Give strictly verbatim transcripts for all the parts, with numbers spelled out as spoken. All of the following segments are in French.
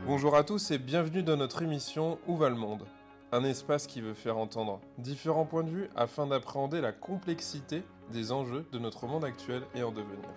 Bonjour à tous et bienvenue dans notre émission Où va le monde? Un espace qui veut faire entendre différents points de vue afin d'appréhender la complexité des enjeux de notre monde actuel et en devenir.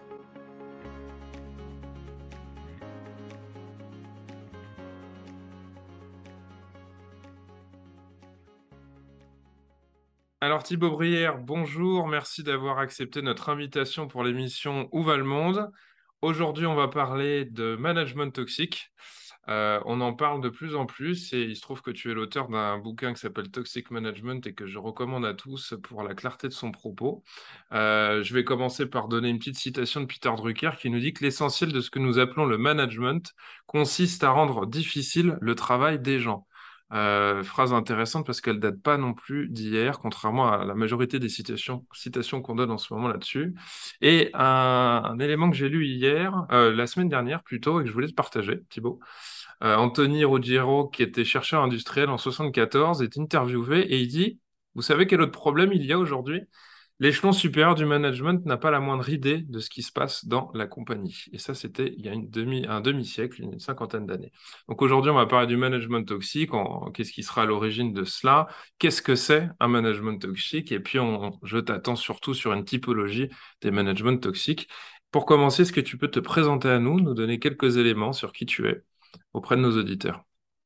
Alors Thibaut Brière, bonjour, merci d'avoir accepté notre invitation pour l'émission Où va le monde? Aujourd'hui, on va parler de management toxique. Euh, on en parle de plus en plus et il se trouve que tu es l'auteur d'un bouquin qui s'appelle Toxic Management et que je recommande à tous pour la clarté de son propos. Euh, je vais commencer par donner une petite citation de Peter Drucker qui nous dit que l'essentiel de ce que nous appelons le management consiste à rendre difficile le travail des gens. Euh, phrase intéressante parce qu'elle date pas non plus d'hier, contrairement à la majorité des citations, citations qu'on donne en ce moment là-dessus. Et un, un élément que j'ai lu hier, euh, la semaine dernière plutôt, et que je voulais te partager, Thibaut. Euh, Anthony Ruggiero, qui était chercheur industriel en soixante-quatorze, est interviewé et il dit, vous savez quel autre problème il y a aujourd'hui? L'échelon supérieur du management n'a pas la moindre idée de ce qui se passe dans la compagnie. Et ça, c'était il y a une demi, un demi-siècle, une cinquantaine d'années. Donc aujourd'hui, on va parler du management toxique. En- Qu'est-ce qui sera à l'origine de cela? Qu'est-ce que c'est un management toxique? Et puis, on, je t'attends surtout sur une typologie des managements toxiques. Pour commencer, est-ce que tu peux te présenter à nous, nous donner quelques éléments sur qui tu es auprès de nos auditeurs?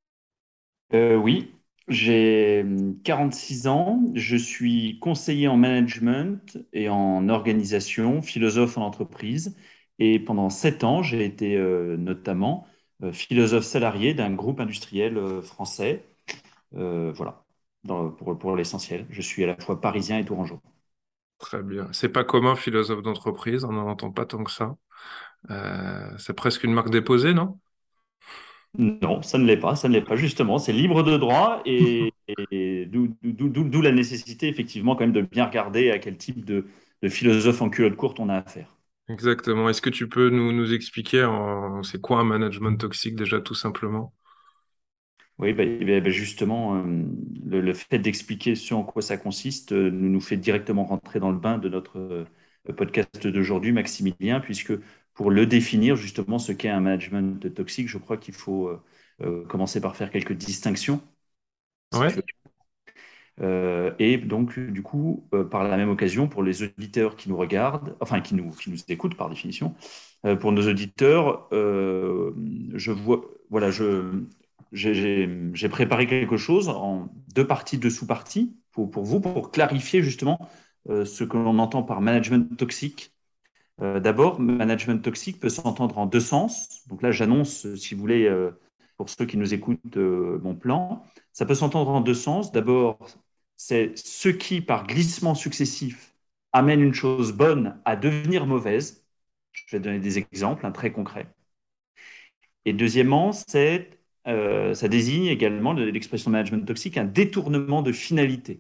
Euh, oui, j'ai hum, quarante-six ans, je suis conseiller en management et en organisation, philosophe en entreprise, et pendant sept ans, j'ai été euh, notamment euh, philosophe salarié d'un groupe industriel euh, français. Euh, voilà, Dans- pour, pour l'essentiel. Je suis à la fois parisien et tourangeau. Très bien. C'est pas commun, philosophe d'entreprise, on n'en entend pas tant que ça. Euh, c'est presque une marque déposée, non? Non, ça ne l'est pas, ça ne l'est pas, justement. C'est libre de droit et, et d'où d'où- d'où- d'où la nécessité, effectivement, quand même, de bien regarder à quel type de, de philosophe en culotte courte on a affaire. Exactement. Est-ce que tu peux nous, nous expliquer en- c'est quoi un management toxique déjà tout simplement? Oui, bah, eh bien, bah, justement, euh, le, le fait d'expliquer ce en quoi ça consiste euh, nous, nous fait directement rentrer dans le bain de notre euh, podcast d'aujourd'hui, Maximilien, puisque pour le définir, justement, ce qu'est un management toxique, je crois qu'il faut euh, euh, commencer par faire quelques distinctions, si tu Ouais. veux. Euh, et donc, du coup, euh, par la même occasion, pour les auditeurs qui nous regardent, enfin qui nous, qui nous écoutent par définition, euh, pour nos auditeurs, euh, je vois, voilà, je, j'ai j'ai- j'ai préparé quelque chose en deux parties, deux sous-parties pour, pour vous, pour clarifier justement euh, ce que l'on entend par management toxique. Euh, d'abord, management toxique peut s'entendre en deux sens. Donc là, j'annonce, euh, si vous voulez, euh, pour ceux qui nous écoutent, euh, mon plan. Ça peut s'entendre en deux sens. D'abord, c'est ce qui, par glissement successif, amène une chose bonne à devenir mauvaise. Je vais donner des exemples hein, très concrets. Et deuxièmement, c'est, euh, ça désigne également de l'expression management toxique, un détournement de finalité.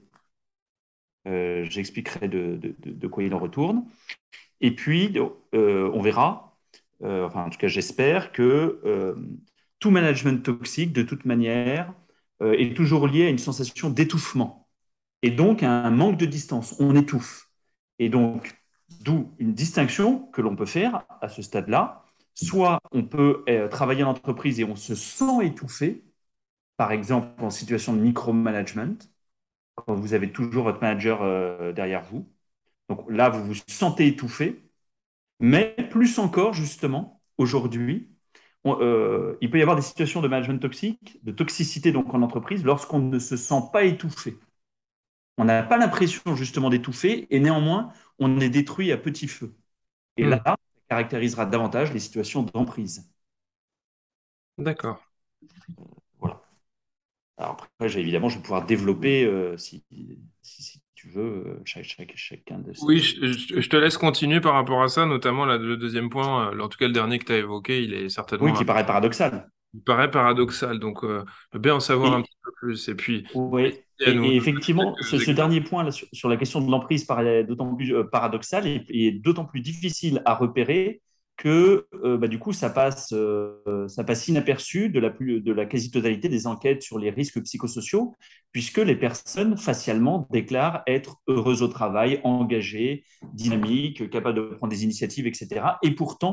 Euh, j'expliquerai de, de, de, de quoi il en retourne. Et puis, euh, on verra, euh, enfin en tout cas j'espère, que euh, tout management toxique, de toute manière, euh, est toujours lié à une sensation d'étouffement et donc à un manque de distance. On étouffe. Et donc, d'où une distinction que l'on peut faire à ce stade-là. Soit on peut euh, travailler en entreprise et on se sent étouffé, par exemple en situation de micromanagement, quand vous avez toujours votre manager euh, derrière vous. Donc là, vous vous sentez étouffé. Mais plus encore, justement, aujourd'hui, on- euh, il peut y avoir des situations de management toxique, de toxicité donc en entreprise, lorsqu'on ne se sent pas étouffé. On n'a pas l'impression justement d'étouffer et néanmoins, on est détruit à petit feu. Et là, Hmm. ça caractérisera davantage les situations d'emprise. D'accord. Voilà. Alors après, j'ai- évidemment, je vais pouvoir développer, euh, si, si, si tu veux, euh, chaque, chaque- chacun de ces... Oui, je, je- je te laisse continuer par rapport à ça, notamment là, le deuxième point, euh, en tout cas le dernier que tu as évoqué, il est Oui, certainement, qui paraît paradoxal. il paraît paradoxal, donc euh, je veux bien en savoir un Et, petit peu plus. Et puis, Oui, essayer à et, nous et donner effectivement, ce, quelques ce exemples. dernier point là, sur, sur la question de l'emprise paraît d'autant plus euh, paradoxal et, et d'autant plus difficile à repérer que euh, bah, du coup, ça passe, euh, ça passe inaperçu de la, plus, de la quasi-totalité des enquêtes sur les risques psychosociaux, puisque les personnes facialement déclarent être heureuses au travail, engagées, dynamiques, capables de prendre des initiatives, et cetera. Et pourtant,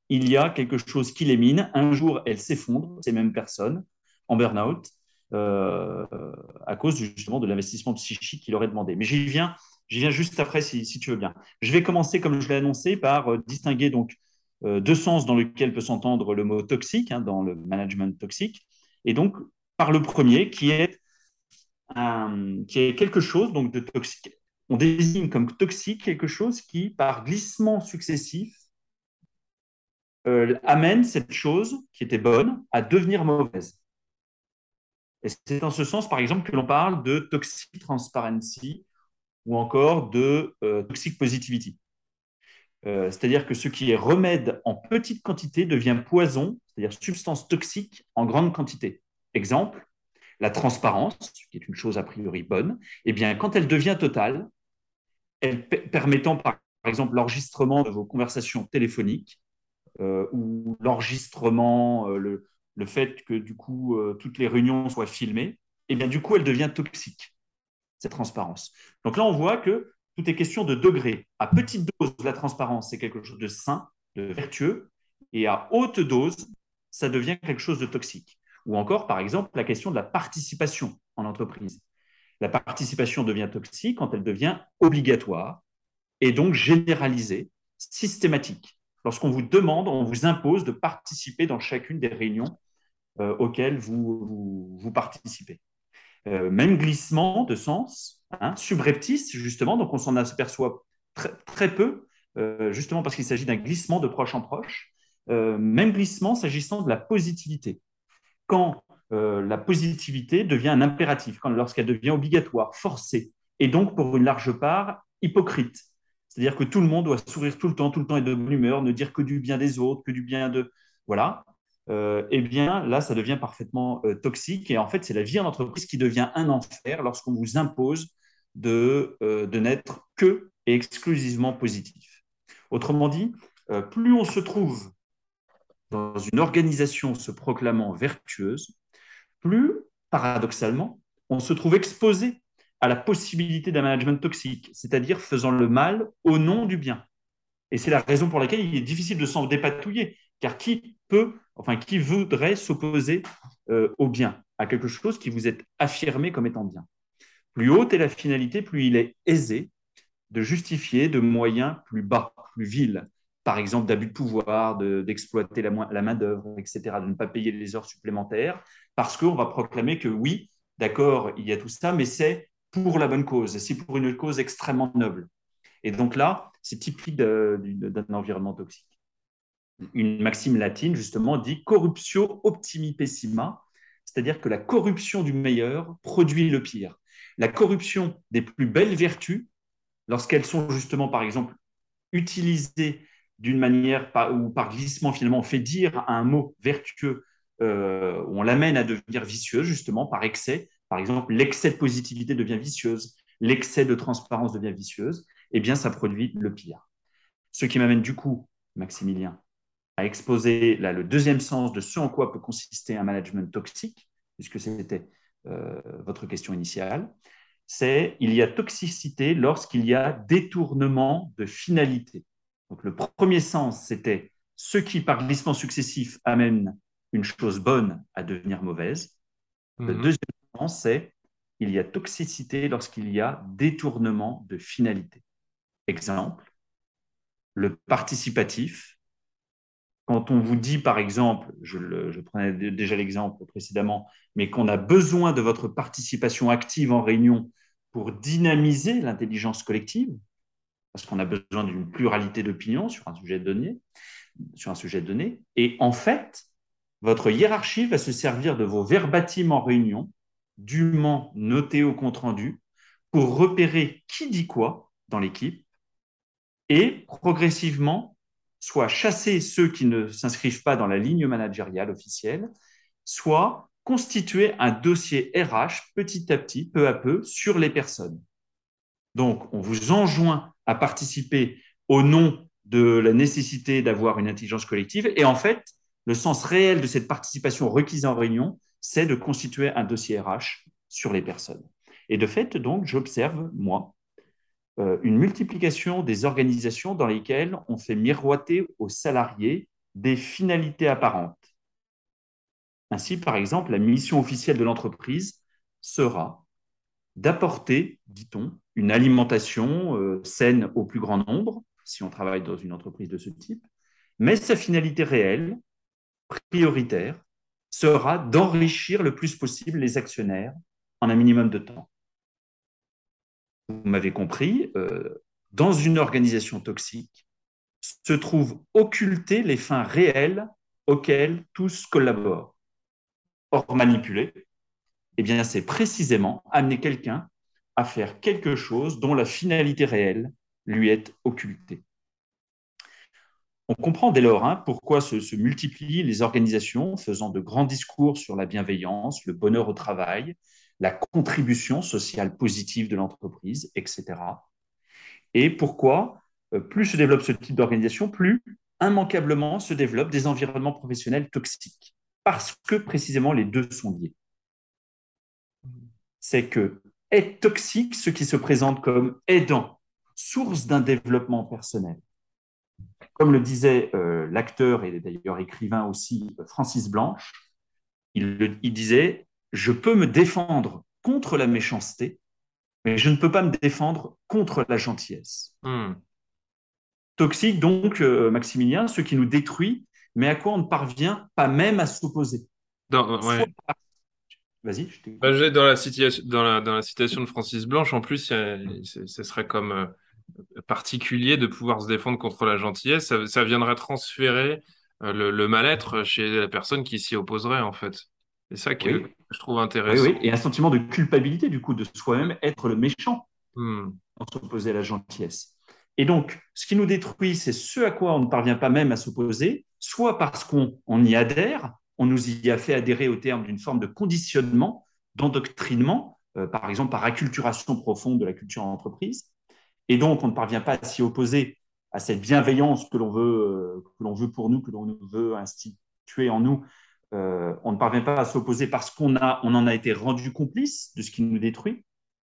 il y a quelque chose qui les mine. Un jour, elles s'effondrent, ces mêmes personnes, en burn-out, euh, à cause justement de l'investissement psychique qu'il aurait demandé. Mais j'y viens, j'y viens juste après, si, si, tu veux bien. Je vais commencer, comme je l'ai annoncé, par euh, distinguer donc euh, deux sens dans lesquels peut s'entendre le mot toxique, hein, dans le management toxique, et donc par le premier, qui est, un, qui est quelque chose donc, de toxique. On désigne comme toxique quelque chose qui, par glissement successif, euh, amène cette chose qui était bonne à devenir mauvaise. Et c'est dans ce sens, par exemple, que l'on parle de toxic transparency ou encore de euh, toxic positivity. Euh, c'est-à-dire que ce qui est remède en petite quantité devient poison, c'est-à-dire substance toxique en grande quantité. Exemple, la transparence, qui est une chose a priori bonne, eh bien, quand elle devient totale, elle permettant par exemple l'enregistrement de vos conversations téléphoniques, euh, ou l'enregistrement, euh, le, le fait que du coup euh, toutes les réunions soient filmées, et bien du coup elle devient toxique, cette transparence. Donc là on voit que tout est question de degré. À petite dose, la transparence c'est quelque chose de sain, de vertueux, et à haute dose, ça devient quelque chose de toxique. Ou encore par exemple la question de la participation en entreprise. La participation devient toxique quand elle devient obligatoire et donc généralisée, systématique. Lorsqu'on vous demande, on vous impose de participer dans chacune des réunions euh, auxquelles vous, vous, vous participez. Euh, même glissement de sens, hein, subreptice, justement, donc on s'en aperçoit très, très peu, euh, justement parce qu'il s'agit d'un glissement de proche en proche. Euh, même glissement s'agissant de la positivité. Quand euh, la positivité devient un impératif, quand, lorsqu'elle devient obligatoire, forcée, et donc pour une large part hypocrite. C'est-à-dire que tout le monde doit sourire tout le temps, tout le temps être de bonne humeur, ne dire que du bien des autres, que du bien de... Voilà. Euh, eh bien, là, ça devient parfaitement euh, toxique. Et en fait, c'est la vie en entreprise qui devient un enfer lorsqu'on vous impose de, euh, de n'être que et exclusivement positif. Autrement dit, euh, plus on se trouve dans une organisation se proclamant vertueuse, plus, paradoxalement, on se trouve exposé à la possibilité d'un management toxique, c'est-à-dire faisant le mal au nom du bien. Et c'est la raison pour laquelle il est difficile de s'en dépatouiller, car qui peut, enfin, qui voudrait s'opposer euh, au bien, à quelque chose qui vous est affirmé comme étant bien. Plus haute est la finalité, plus il est aisé de justifier de moyens plus bas, plus vils, par exemple d'abus de pouvoir, de, d'exploiter la, la main-d'œuvre, et cetera, de ne pas payer les heures supplémentaires, parce qu'on va proclamer que oui, d'accord, il y a tout ça, mais c'est pour la bonne cause, c'est pour une cause extrêmement noble. Et donc là, c'est typique de, de, d'un environnement toxique. Une maxime latine, justement, dit corruptio optimi pessima, c'est-à-dire que la corruption du meilleur produit le pire. La corruption des plus belles vertus, lorsqu'elles sont justement, par exemple, utilisées d'une manière par, ou par glissement, finalement, on fait dire un mot vertueux, euh, on l'amène à devenir vicieuse, justement, par excès. Par exemple, l'excès de positivité devient vicieuse, l'excès de transparence devient vicieuse, eh bien, ça produit le pire. Ce qui m'amène du coup, Maximilien, à exposer là, le deuxième sens de ce en quoi peut consister un management toxique, puisque c'était euh, votre question initiale, c'est il y a toxicité lorsqu'il y a détournement de finalité. Donc le premier sens, c'était ce qui, par glissement successif, amène une chose bonne à devenir mauvaise. Le Mhm. deuxième sens, c'est il y a toxicité lorsqu'il y a détournement de finalité. Exemple, le participatif. Quand on vous dit, par exemple, je, le, je prenais déjà l'exemple précédemment, mais qu'on a besoin de votre participation active en réunion pour dynamiser l'intelligence collective, parce qu'on a besoin d'une pluralité d'opinions sur un sujet donné, sur un sujet donné. Et en fait, votre hiérarchie va se servir de vos verbatims en réunion, dûment notés au compte-rendu, pour repérer qui dit quoi dans l'équipe et progressivement soit chasser ceux qui ne s'inscrivent pas dans la ligne managériale officielle, soit constituer un dossier R H petit à petit, peu à peu, sur les personnes. Donc, on vous enjoint à participer au nom de la nécessité d'avoir une intelligence collective. Et en fait, le sens réel de cette participation requise en réunion, c'est de constituer un dossier R H sur les personnes. Et de fait, donc, j'observe, moi, une multiplication des organisations dans lesquelles on fait miroiter aux salariés des finalités apparentes. Ainsi, par exemple, la mission officielle de l'entreprise sera d'apporter, dit-on, une alimentation euh, saine au plus grand nombre, si on travaille dans une entreprise de ce type, mais sa finalité réelle, prioritaire, sera d'enrichir le plus possible les actionnaires en un minimum de temps. Vous m'avez compris, euh, dans une organisation toxique, se trouvent occultées les fins réelles auxquelles tous collaborent. Or, manipuler, eh bien, c'est précisément amener quelqu'un à faire quelque chose dont la finalité réelle lui est occultée. On comprend dès lors hein, pourquoi se, se, multiplient les organisations faisant de grands discours sur la bienveillance, le bonheur au travail, la contribution sociale positive de l'entreprise, et cetera. Et pourquoi euh, plus se développe ce type d'organisation, plus immanquablement se développent des environnements professionnels toxiques. Parce que précisément les deux sont liés. C'est que est toxique ce qui se présente comme aidant, source d'un développement personnel. Comme le disait euh, l'acteur et d'ailleurs écrivain aussi Francis Blanche, il, il disait « Je peux me défendre contre la méchanceté, mais je ne peux pas me défendre contre la gentillesse. Hmm. » Toxique donc, euh, Maximilien, ce qui nous détruit, mais à quoi on ne parvient pas même à s'opposer. Dans, ouais. Soit... Vas-y, je t'écoute. Bah, j'ai- dans la situation, dans la, dans la citation de Francis Blanche, en plus, ce serait comme euh, particulier de pouvoir se défendre contre la gentillesse. Ça, ça viendrait transférer euh, le, le mal-être chez la personne qui s'y opposerait, en fait. C'est ça que, que Oui, je trouve oui, intéressant. oui. Et un sentiment de culpabilité, du coup, de soi-même être le méchant Hmm. en s'opposer à la gentillesse. Et donc, ce qui nous détruit, c'est ce à quoi on ne parvient pas même à s'opposer, soit parce qu'on on y adhère, on nous y a fait adhérer au terme d'une forme de conditionnement, d'endoctrinement, euh, par exemple par acculturation profonde de la culture en entreprise, et donc on ne parvient pas à s'y opposer à cette bienveillance que l'on veut, euh, que l'on veut pour nous, que l'on veut instituer en nous. Euh, on ne parvient pas à s'opposer parce qu'on a, on en a été rendu complice de ce qui nous détruit,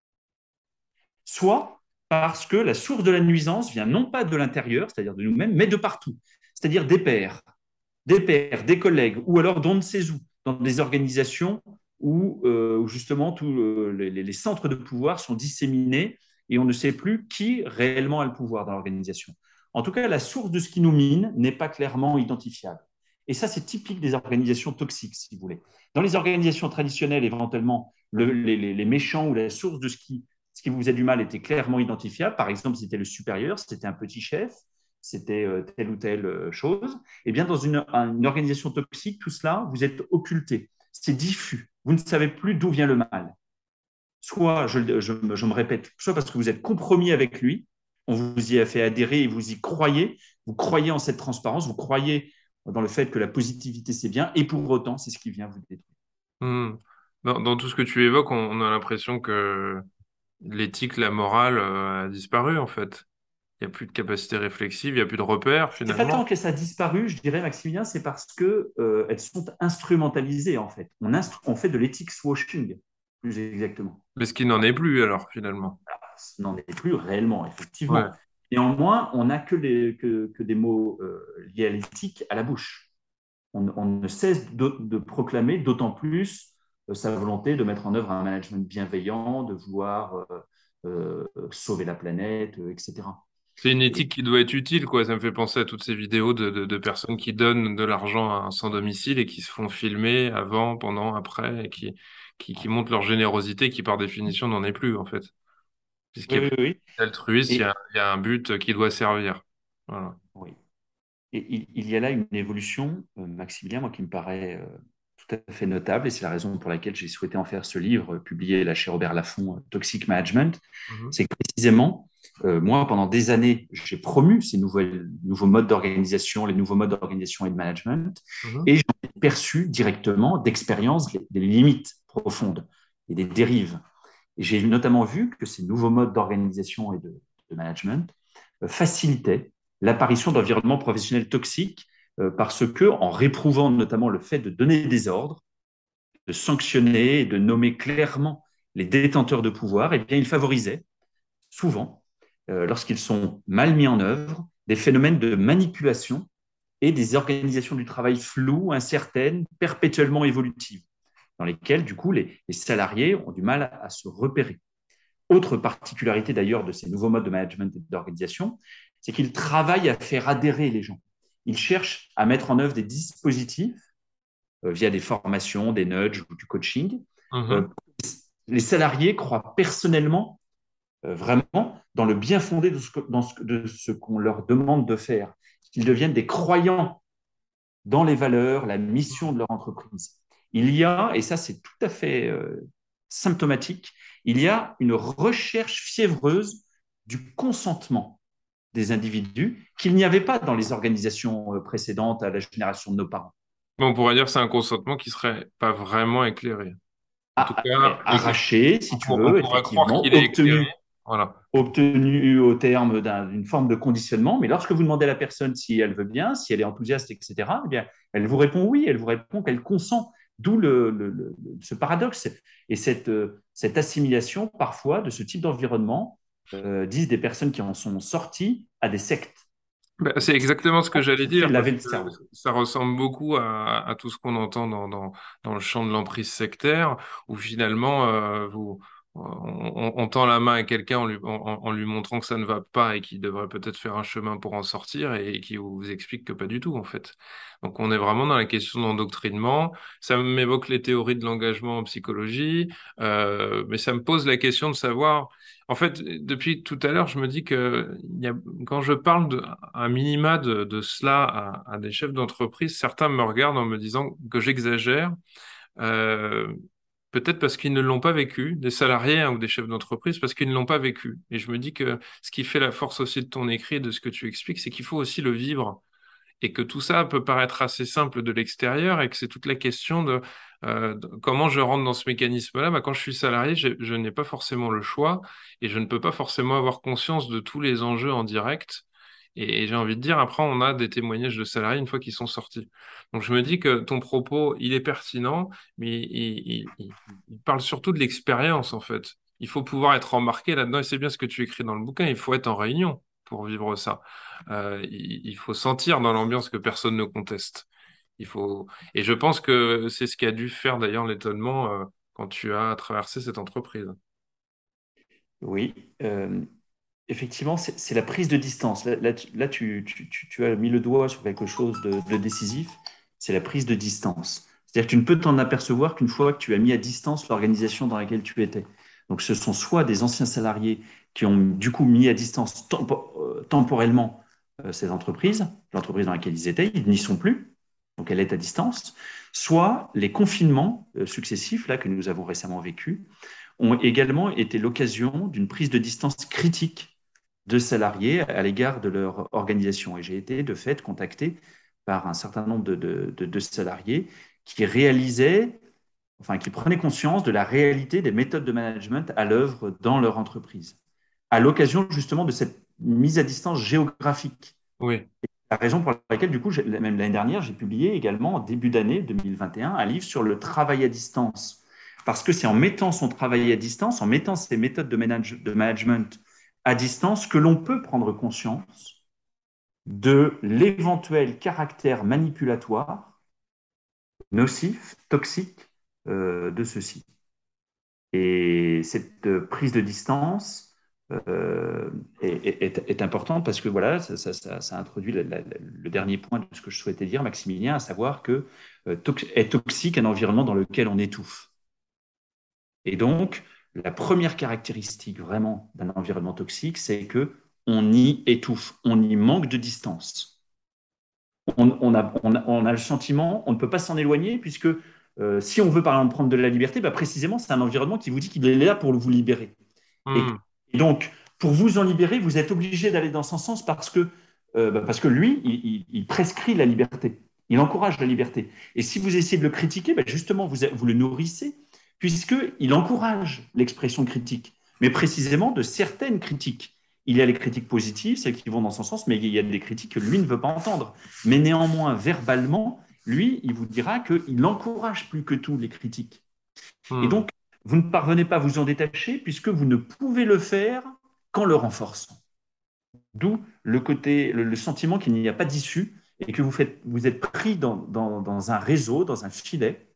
soit parce que la source de la nuisance vient non pas de l'intérieur, c'est-à-dire de nous-mêmes, mais de partout, c'est-à-dire des pairs, des pairs, des collègues, ou alors d'on ne sait où, dans des organisations où, euh, où justement tous euh, les, les, centres de pouvoir sont disséminés et on ne sait plus qui réellement a le pouvoir dans l'organisation. En tout cas, la source de ce qui nous mine n'est pas clairement identifiable. Et ça, c'est typique des organisations toxiques, si vous voulez. Dans les organisations traditionnelles, éventuellement, le, les, les, méchants ou la source de ce qui, ce qui vous faisait du mal était clairement identifiable. Par exemple, c'était le supérieur, c'était un petit chef, c'était euh, telle ou telle euh, chose. Eh bien, dans une, une organisation toxique, tout cela, vous êtes occulté. C'est diffus. Vous ne savez plus d'où vient le mal. Soit, je, je, je me répète, soit parce que vous êtes compromis avec lui, on vous y a fait adhérer et vous y croyez, vous croyez en cette transparence, vous croyez dans le fait que la positivité, c'est bien, et pour autant, c'est ce qui vient vous détruire. Hmm. Dans, dans tout ce que tu évoques, on, on a l'impression que l'éthique, la morale euh, a disparu, en fait. Il n'y a plus de capacité réflexive, il n'y a plus de repères, C'est pas tant finalement. que ça a disparu, je dirais, Maximilien, c'est parce qu'elles euh, sont instrumentalisées, en fait. On, instru- on fait de l'éthics washing, plus exactement. Mais ce qui n'en est plus, alors, finalement. Ce n'en est plus réellement, Ouais. effectivement. Néanmoins, on n'a que, que, que, des mots euh, liés à l'éthique à la bouche. On, on ne cesse de, de proclamer d'autant plus euh, sa volonté de mettre en œuvre un management bienveillant, de vouloir euh, euh, sauver la planète, euh, et cetera. C'est une Et, éthique qui doit être utile, quoi. Ça me fait penser à toutes ces vidéos de, de, de personnes qui donnent de l'argent à un sans-domicile et qui se font filmer avant, pendant, après, et qui, qui, qui montrent leur générosité qui, par définition, n'en est plus, en fait. Puisqu'il n'y oui, a oui, plus oui. d'altruisme, il y a, Et, il y a un but qui doit servir. Voilà. oui. Et il, il, y a là une évolution, euh, Maximilien, moi, qui me paraît euh, tout à fait notable, et c'est la raison pour laquelle j'ai souhaité en faire ce livre, euh, publié là chez Robert Laffont, euh, Toxic Management. Mhm. C'est que précisément, euh, moi, pendant des années, j'ai promu ces nouvelles, nouveaux modes d'organisation, les nouveaux modes d'organisation et de management, Mhm. et j'en ai perçu directement d'expérience les, les limites profondes et des dérives. Et j'ai notamment vu que ces nouveaux modes d'organisation et de, de management euh, facilitaient l'apparition d'environnements professionnels toxiques euh, parce que, en réprouvant notamment le fait de donner des ordres, de sanctionner et de nommer clairement les détenteurs de pouvoir, eh bien, ils favorisaient souvent, euh, lorsqu'ils sont mal mis en œuvre, des phénomènes de manipulation et des organisations du travail floues, incertaines, perpétuellement évolutives, dans lesquelles, du coup, les, les salariés ont du mal à, à se repérer. Autre particularité d'ailleurs de ces nouveaux modes de management et d'organisation, c'est qu'ils travaillent à faire adhérer les gens. Ils cherchent à mettre en œuvre des dispositifs euh, via des formations, des nudges ou du coaching. Euh, Mhm. les salariés croient personnellement, euh, vraiment, dans le bien fondé de ce, que, dans ce, de ce qu'on leur demande de faire. Qu'ils deviennent des croyants dans les valeurs, la mission de leur entreprise. Il y a, et ça c'est tout à fait euh, symptomatique, il y a une recherche fiévreuse du consentement des individus qu'il n'y avait pas dans les organisations euh, précédentes à la génération de nos parents. Bon, on pourrait dire que c'est un consentement qui serait pas vraiment éclairé. En tout À, cas, écla- arraché, si on, tu pour- on veux, pourrait croire effectivement, qu'il est éclairé. obtenu, Voilà. obtenu au terme d'un, d'une forme de conditionnement, mais lorsque vous demandez à la personne si elle veut bien, si elle est enthousiaste, et cetera, eh bien, elle vous répond oui, elle vous répond qu'elle consent. D'où le, le, le, ce paradoxe et cette, cette assimilation parfois de ce type d'environnement, euh, disent des personnes qui en sont sorties, à des sectes. Bah, Euh, c'est exactement ce que j'allais Ça fait dire, laver parce le que cerveau. ça ressemble beaucoup à, à tout ce qu'on entend dans, dans, dans le champ de l'emprise sectaire, où finalement, euh, vous, on, on- on tend la main à quelqu'un en lui, en, en lui montrant que ça ne va pas et qu'il devrait peut-être faire un chemin pour en sortir, et, qui vous explique que pas du tout, en fait. Donc on est vraiment dans la question d'endoctrinement. Ça m'évoque les théories de l'engagement en psychologie, euh, mais ça me pose la question de savoir. En fait, depuis tout à l'heure, je me dis que il y a, quand je parle de, un minima de, de cela à, à des chefs d'entreprise, certains me regardent en me disant que j'exagère, euh, peut-être parce qu'ils ne l'ont pas vécu, des salariés hein, ou des chefs d'entreprise, parce qu'ils ne l'ont pas vécu. Et je me dis que ce qui fait la force aussi de ton écrit et de ce que tu expliques, c'est qu'il faut aussi le vivre et que tout ça peut paraître assez simple de l'extérieur et que c'est toute la question de, euh, de comment je rentre dans ce mécanisme-là. Bah, quand je suis salarié, j'ai- je n'ai pas forcément le choix et je ne peux pas forcément avoir conscience de tous les enjeux en direct. Et, et j'ai envie de dire, après, on a des témoignages de salariés une fois qu'ils sont sortis. Donc je me dis que ton propos, il est pertinent, mais il, il, il- il parle surtout de l'expérience, en fait. Il faut pouvoir être embarqué là-dedans, et c'est bien ce que tu écris dans le bouquin, il faut être en réunion pour vivre ça. Euh, il, il faut sentir dans l'ambiance que personne ne conteste. Il faut... Et je pense que c'est ce qui a dû faire d'ailleurs l'étonnement euh, quand tu as traversé cette entreprise. Oui, euh, effectivement, c'est c'est la prise de distance. Là, là, tu, là, tu- tu- tu- tu as mis le doigt sur quelque chose de, de décisif, c'est la prise de distance. C'est-à-dire que tu ne peux t'en apercevoir qu'une fois que tu as mis à distance l'organisation dans laquelle tu étais. Donc ce sont soit des anciens salariés qui ont du coup mis à distance tempo- euh, temporellement euh, ces entreprises, l'entreprise dans laquelle ils étaient, ils n'y sont plus, donc elle est à distance, soit les confinements euh, successifs là, que nous avons récemment vécus ont également été l'occasion d'une prise de distance critique de salariés à l'égard de leur organisation. Et j'ai été de fait contacté par un certain nombre de, de, de, de salariés qui réalisaient, enfin qui prenaient conscience de la réalité des méthodes de management à l'œuvre dans leur entreprise, à l'occasion justement de cette mise à distance géographique. Oui, La raison pour laquelle, du coup, même l'année dernière, j'ai publié également, en début d'année deux mille vingt et un, un livre sur le travail à distance. Parce que c'est en mettant son travail à distance, en mettant ses méthodes de, manage, de management à distance, que l'on peut prendre conscience de l'éventuel caractère manipulatoire, nocif, toxique euh, de ceci. Et cette euh, prise de distance euh, est, est, est, importante parce que voilà, ça, ça, ça, ça introduit la, la, le dernier point de ce que je souhaitais dire, Maximilien, à savoir que euh, tox est toxique un environnement dans lequel on étouffe. Et donc, la première caractéristique vraiment d'un environnement toxique, c'est que on y étouffe, on y manque de distance. On, on, a, on, a, on a le sentiment, on ne peut pas s'en éloigner puisque euh, si on veut par exemple prendre de la liberté, bah, précisément, c'est un environnement qui vous dit qu'il est là pour vous libérer. Et, hmm, et donc, pour vous en libérer, vous êtes obligé d'aller dans son sens parce que, euh, bah, parce que lui, il, il, il, prescrit la liberté. Il encourage la liberté. Et si vous essayez de le critiquer, bah, justement, vous, vous le nourrissez, puisqu'il encourage l'expression critique, mais précisément de certaines critiques. Il y a les critiques positives, celles qui vont dans son sens, mais il y a des critiques que lui ne veut pas entendre. Mais néanmoins, verbalement, lui, il vous dira qu'il encourage plus que tout les critiques. Et hmm. donc, vous ne parvenez pas à vous en détacher puisque vous ne pouvez le faire qu'en le renforçant. D'où le côté, le, le sentiment qu'il n'y a pas d'issue et que vous, faites, vous êtes pris dans, dans, dans un réseau, dans un filet,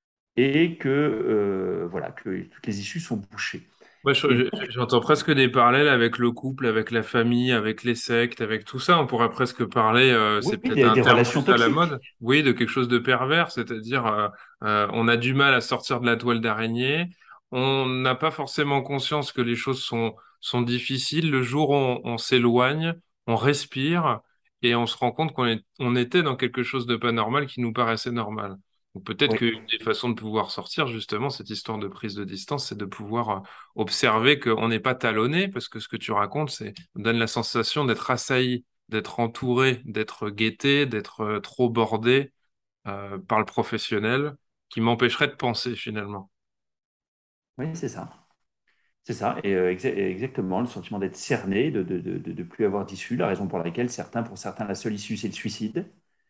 et que, euh, voilà, que toutes les issues sont bouchées. Moi, je- Et je- j'entends presque des parallèles avec le couple, avec la famille, avec les sectes, avec tout ça. On pourrait presque parler, euh, c'est oui, peut-être des, un des terme relations plus à la toxiques. mode, oui, de quelque chose de pervers, c'est-à-dire euh, euh, on a du mal à sortir de la toile d'araignée, on n'a pas forcément conscience que les choses sont, sont difficiles. Le jour où on, on s'éloigne, on respire et on se rend compte qu'on est, on était dans quelque chose de pas normal qui nous paraissait normal. Donc peut-être Oui, qu'une des façons de pouvoir sortir, justement, cette histoire de prise de distance, c'est de pouvoir euh, observer qu'on n'est pas talonné, parce que ce que tu racontes, c'est donne la sensation d'être assailli, d'être entouré, d'être guetté, d'être euh, trop bordé euh, par le professionnel, qui m'empêcherait de penser finalement. oui, c'est ça. C'est ça, et euh, exa- et exactement, le sentiment d'être cerné, de ne de, de, de plus avoir d'issue, la raison pour laquelle certains, pour certains, la seule issue, c'est le suicide.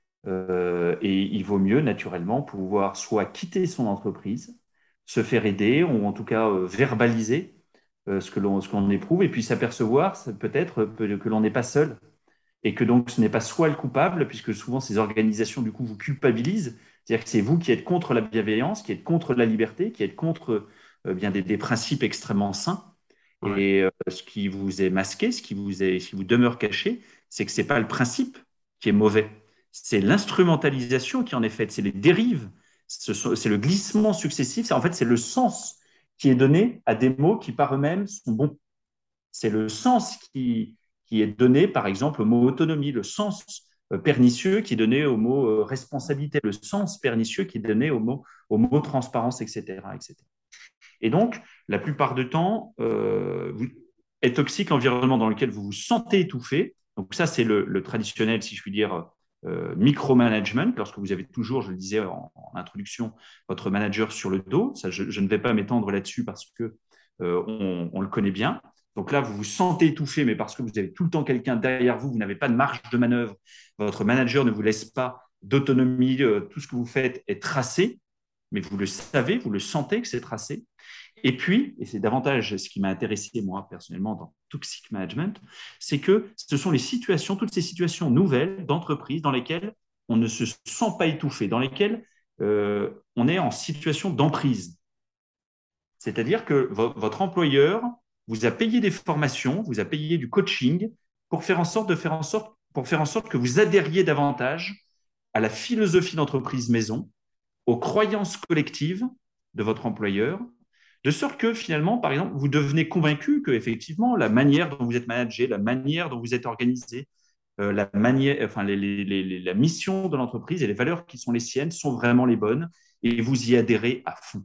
Euh, et il vaut mieux, naturellement, pouvoir soit quitter son entreprise, se faire aider, ou en tout cas euh, verbaliser euh, ce que l'on ce qu'on éprouve, et puis s'apercevoir ça, peut-être peut- que l'on n'est pas seul, et que donc ce n'est pas soi le coupable, puisque souvent ces organisations, du coup, vous culpabilisent, c'est-à-dire que c'est vous qui êtes contre la bienveillance, qui êtes contre la liberté, qui êtes contre euh, bien des, des principes extrêmement sains. Ouais, Et euh, ce qui vous est masqué, ce qui vous est, ce qui vous demeure caché, c'est que c'est pas le principe qui est mauvais, c'est l'instrumentalisation qui en est faite, c'est les dérives, ce sont- c'est le glissement successif. C'est- En fait, c'est le sens qui est donné à des mots qui par eux-mêmes sont bons. C'est le sens qui, qui est donné, par exemple, au mot autonomie, le sens euh, pernicieux qui est donné au mot euh, responsabilité, le sens pernicieux qui est donné au mot, au mot transparence, et cetera, et cetera. Et donc, la plupart du temps, euh, vous- est toxique l'environnement dans lequel vous vous sentez étouffé. Donc ça, c'est le, le traditionnel, si je puis dire, euh, micromanagement, lorsque vous avez toujours, je le disais en, en introduction, votre manager sur le dos. Ça, je, je ne vais pas m'étendre là-dessus parce que euh, on, on le connaît bien. Donc là, vous vous sentez étouffé, mais parce que vous avez tout le temps quelqu'un derrière vous, vous n'avez pas de marge de manœuvre. Votre manager ne vous laisse pas d'autonomie. Euh, tout ce que vous faites est tracé, mais vous le savez, vous le sentez que c'est tracé. Et puis, et c'est davantage ce qui m'a intéressé moi personnellement dans Toxic Management, c'est que ce sont les situations, toutes ces situations nouvelles d'entreprise dans lesquelles on ne se sent pas étouffé, dans lesquelles euh, on est en situation d'emprise. C'est-à-dire que vo- votre employeur vous a payé des formations, vous a payé du coaching pour faire en sorte de faire en sorte, pour faire en sorte que vous adhériez davantage à la philosophie d'entreprise maison, aux croyances collectives de votre employeur, de sorte que finalement, par exemple, vous devenez convaincu que effectivement la manière dont vous êtes managé, la manière dont vous êtes organisé, euh, la manière, enfin les, les, les, la mission de l'entreprise et les valeurs qui sont les siennes sont vraiment les bonnes et vous y adhérez à fond.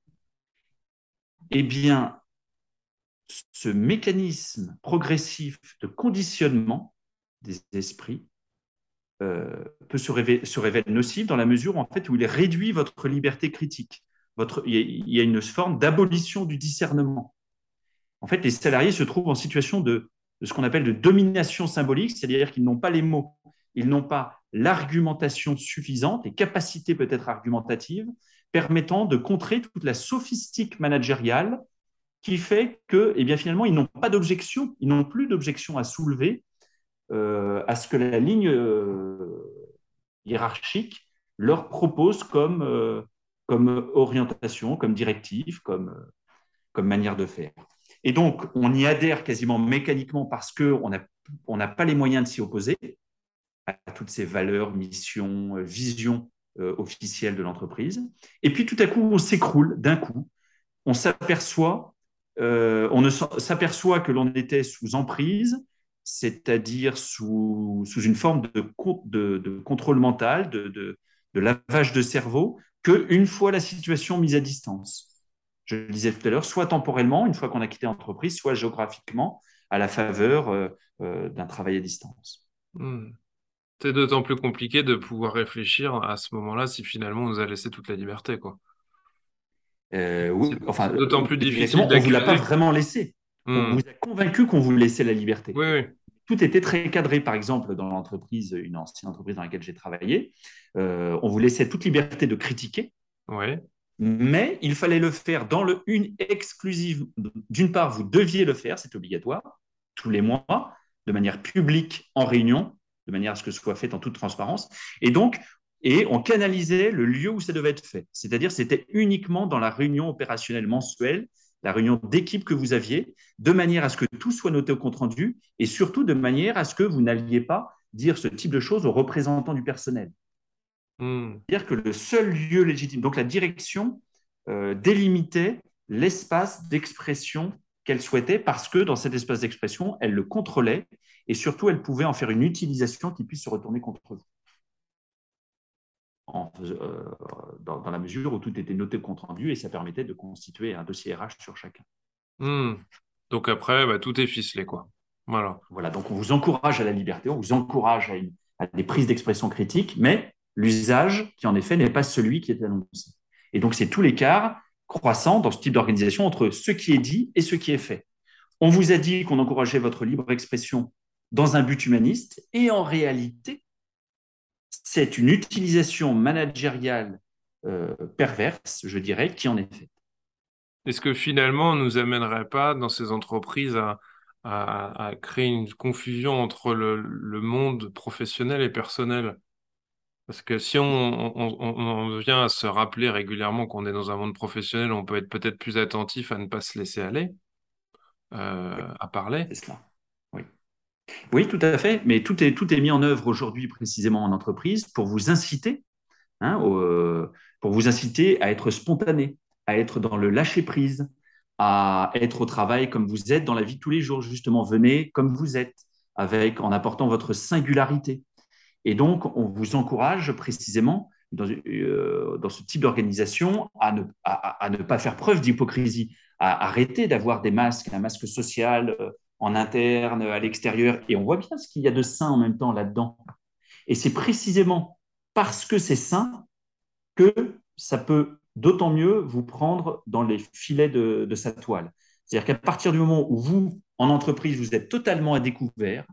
Eh bien, ce mécanisme progressif de conditionnement des esprits euh, peut se révéler, se révèle nocif dans la mesure où, en fait, où il réduit votre liberté critique. Votre, il y a une forme d'abolition du discernement. En fait, les salariés se trouvent en situation de, de ce qu'on appelle de domination symbolique, c'est-à-dire qu'ils n'ont pas les mots, ils n'ont pas l'argumentation suffisante, les capacités peut-être argumentatives, permettant de contrer toute la sophistique managériale qui fait que, eh bien, finalement, ils n'ont pas d'objection, ils n'ont plus d'objection à soulever euh, à ce que la ligne euh, hiérarchique leur propose comme, euh, comme orientation, comme directive, comme, comme manière de faire. Et donc, on y adhère quasiment mécaniquement parce qu'on n'a on n'a pas les moyens de s'y opposer à toutes ces valeurs, missions, visions euh, officielles de l'entreprise. Et puis, tout à coup, on s'écroule d'un coup. On s'aperçoit, euh, on ne s'aperçoit que l'on était sous emprise, c'est-à-dire sous, sous une forme de, de, de contrôle mental, de, de, de lavage de cerveau, qu'une fois la situation mise à distance. Je le disais tout à l'heure, soit temporellement, une fois qu'on a quitté l'entreprise, soit géographiquement, à la faveur euh, euh, d'un travail à distance. hmm. C'est d'autant plus compliqué de pouvoir réfléchir à ce moment-là si finalement on nous a laissé toute la liberté, quoi. Euh, C'est oui, enfin, c'est d'autant plus difficile exactement, on ne vous l'a pas d'accuser. vraiment laissé. On Hmm. vous a convaincu qu'on vous laissait la liberté. Oui, oui, Tout était très cadré. Par exemple, dans l'entreprise, une ancienne entreprise dans laquelle j'ai travaillé, euh, on vous laissait toute liberté de critiquer, ouais. mais il fallait le faire dans le une exclusive. D'une part, vous deviez le faire, c'est obligatoire, tous les mois, de manière publique en réunion, de manière à ce que ce soit fait en toute transparence. Et donc, et on canalisait le lieu où ça devait être fait. C'est-à-dire, c'était uniquement dans la réunion opérationnelle mensuelle, la réunion d'équipe que vous aviez, de manière à ce que tout soit noté au compte-rendu et surtout de manière à ce que vous n'alliez pas dire ce type de choses aux représentants du personnel. Hmm. C'est-à-dire que le seul lieu légitime, donc la direction euh, délimitait l'espace d'expression qu'elle souhaitait parce que dans cet espace d'expression, elle le contrôlait et surtout, elle pouvait en faire une utilisation qui puisse se retourner contre vous. En, euh, dans, dans, la mesure où tout était noté compte rendu et ça permettait de constituer un dossier R H sur chacun. Hmm. Donc après, bah, tout est ficelé, quoi. Voilà. Voilà, donc on vous encourage à la liberté, on vous encourage à, une, à des prises d'expression critiques, mais l'usage qui en effet n'est pas celui qui est annoncé. Et donc c'est tout l'écart croissant dans ce type d'organisation entre ce qui est dit et ce qui est fait. On vous a dit qu'on encourageait votre libre expression dans un but humaniste, et en réalité, c'est une utilisation managériale euh, perverse, je dirais, qui en est faite. Est-ce que finalement, on ne nous amènerait pas dans ces entreprises à, à, à créer une confusion entre le, le monde professionnel et personnel? Parce que si on, on, on, on vient à se rappeler régulièrement qu'on est dans un monde professionnel, on peut être peut-être plus attentif à ne pas se laisser aller, Oui, euh, à parler. c'est cela. Oui. Oui, tout à fait. Mais tout est, tout est mis en œuvre aujourd'hui précisément en entreprise pour vous inciter, hein, au, euh, pour vous inciter à être spontané, à être dans le lâcher-prise, à être au travail comme vous êtes dans la vie de tous les jours. Justement, venez comme vous êtes, avec, en apportant votre singularité. Et donc, on vous encourage précisément dans, euh, dans ce type d'organisation à ne, à, à ne pas faire preuve d'hypocrisie, à arrêter d'avoir des masques, un masque social euh, en interne, à l'extérieur. Et on voit bien ce qu'il y a de sain en même temps là-dedans. Et c'est précisément parce que c'est sain que ça peut d'autant mieux vous prendre dans les filets de, de sa toile. C'est-à-dire qu'à partir du moment où vous, en entreprise, vous êtes totalement à découvert,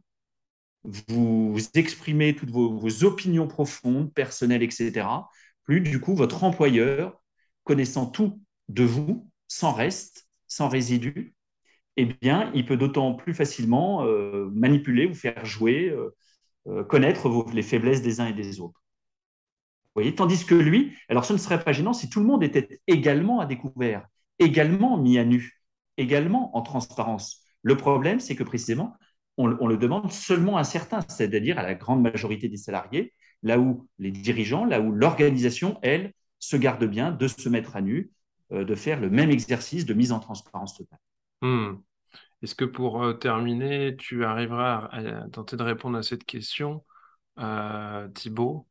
vous exprimez toutes vos, vos opinions profondes, personnelles, et cetera, plus du coup, votre employeur, connaissant tout de vous, sans reste, sans résidu, eh bien, il peut d'autant plus facilement euh, manipuler, vous faire jouer, euh, euh, connaître vos, les faiblesses des uns et des autres. Vous voyez, tandis que lui, alors ce ne serait pas gênant si tout le monde était également à découvert, également mis à nu, également en transparence. Le problème, c'est que précisément, on, on le demande seulement à certains, c'est-à-dire à la grande majorité des salariés, là où les dirigeants, là où l'organisation, elle, se garde bien de se mettre à nu, euh, de faire le même exercice de mise en transparence totale. Hmm. Est-ce que pour euh, terminer, tu arriveras à, à tenter de répondre à cette question, euh, Thibaut?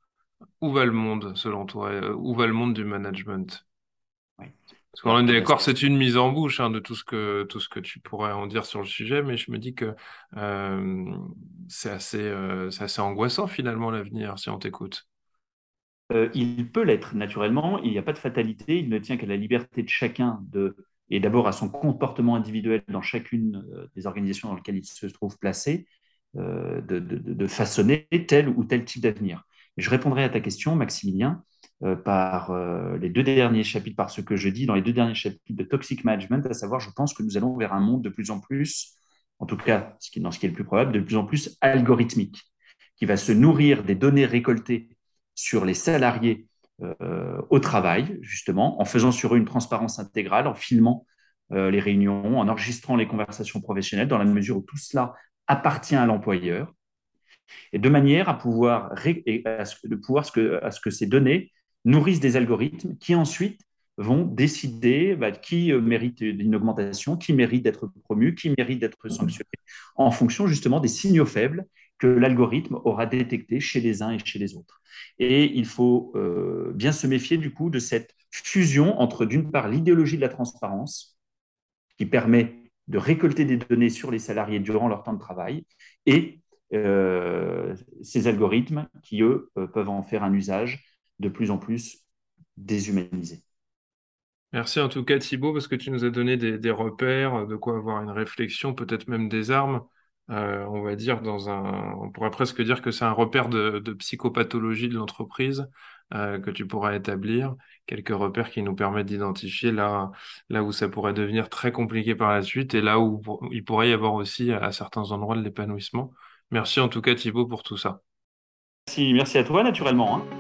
Où va le monde, selon toi? Euh, Où va le monde du management? Oui. Parce qu'on Alors, est eh ben, d'accord, c'est une mise en bouche hein, de tout ce que tout ce que tu pourrais en dire sur le sujet, mais je me dis que euh, c'est assez euh, c'est assez angoissant finalement l'avenir si on t'écoute. Euh, il peut l'être naturellement, il n'y a pas de fatalité, il ne tient qu'à la liberté de chacun de, et d'abord à son comportement individuel dans chacune euh, des organisations dans lesquelles il se trouve placé, euh, de, de, de, façonner tel ou tel type d'avenir. Je répondrai à ta question, Maximilien, euh, par euh, les deux derniers chapitres, par ce que je dis dans les deux derniers chapitres de Toxic Management, à savoir, je pense que nous allons vers un monde de plus en plus, en tout cas, ce qui, dans ce qui est le plus probable, de plus en plus algorithmique, qui va se nourrir des données récoltées sur les salariés euh, au travail, justement, en faisant sur eux une transparence intégrale, en filmant euh, les réunions, en enregistrant les conversations professionnelles, dans la mesure où tout cela appartient à l'employeur, et de manière à pouvoir, à ce, de pouvoir ce que, à ce que ces données nourrissent des algorithmes qui ensuite vont décider bah, qui mérite une augmentation, qui mérite d'être promu, qui mérite d'être sanctionné, en fonction justement des signaux faibles que l'algorithme aura détectés chez les uns et chez les autres. Et il faut euh, bien se méfier du coup de cette fusion entre d'une part l'idéologie de la transparence, qui permet de récolter des données sur les salariés durant leur temps de travail, et euh, ces algorithmes qui, eux, peuvent en faire un usage de plus en plus déshumanisé. Merci en tout cas Thibaut parce que tu nous as donné des, des repères, de quoi avoir une réflexion, peut-être même des armes. Euh, on va dire dans un, on pourrait presque dire que c'est un repère de, de psychopathologie de l'entreprise euh, que tu pourras établir, quelques repères qui nous permettent d'identifier là, là où ça pourrait devenir très compliqué par la suite et là où pour- il pourrait y avoir aussi à certains endroits de l'épanouissement. Merci en tout cas Thibaut pour tout ça. Merci, merci à toi naturellement, hein.